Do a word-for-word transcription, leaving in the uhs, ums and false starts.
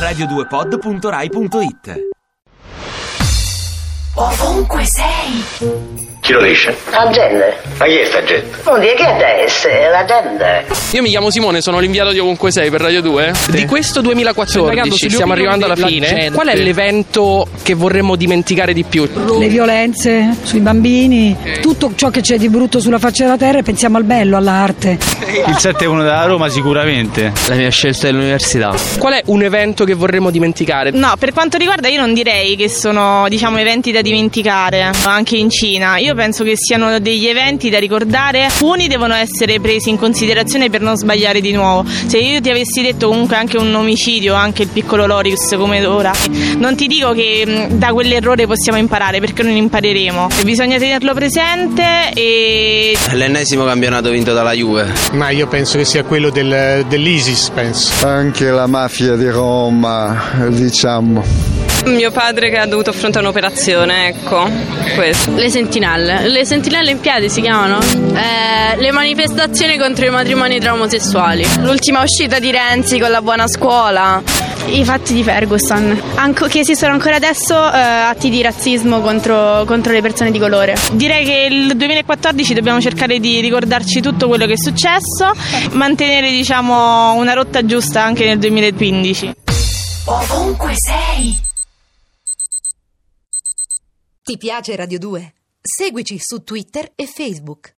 radio due pod punto rai punto it. Ovunque sei. Chi lo dice? La gente. Ma chi è sta gente? Non dire che è essere la gente. Io mi chiamo Simone, sono l'inviato di Ovunque Sei per Radio due. Sì. Di questo duemilaquattordici stiamo arrivando alla fine. Gente. Qual è l'evento che vorremmo dimenticare di più? Le violenze sui bambini, okay. Tutto ciò che c'è di brutto sulla faccia della terra, e pensiamo al bello, all'arte. Il sette uno della Roma sicuramente. La mia scelta dell'università. Qual è un evento che vorremmo dimenticare? No, per quanto riguarda, io non direi che sono, diciamo, eventi da dimenticare. Anche in Cina io penso che siano degli eventi da ricordare. Alcuni devono essere presi in considerazione per non sbagliare di nuovo. Se io ti avessi detto comunque anche un omicidio, anche il piccolo Lorius come ora, non ti dico che da quell'errore possiamo imparare, perché non impareremo. Bisogna tenerlo presente. E l'ennesimo campionato vinto dalla Juve. Ma io penso che sia quello del, dell'ISIS, penso. Anche la mafia di Roma, diciamo. Mio padre che ha dovuto affrontare un'operazione, ecco, questo. Le sentinelle, le sentinelle in piedi si chiamano? Eh, le manifestazioni contro i matrimoni tra omosessuali. L'ultima uscita di Renzi con la buona scuola. I fatti di Ferguson, anche che esistono ancora adesso, eh, atti di razzismo contro, contro le persone di colore. Direi che il duemilaquattordici dobbiamo cercare di ricordarci tutto quello che è successo, mantenere, diciamo, una rotta giusta anche nel duemilaquindici. Ovunque sei. Ti piace Radio due? Seguici su Twitter e Facebook.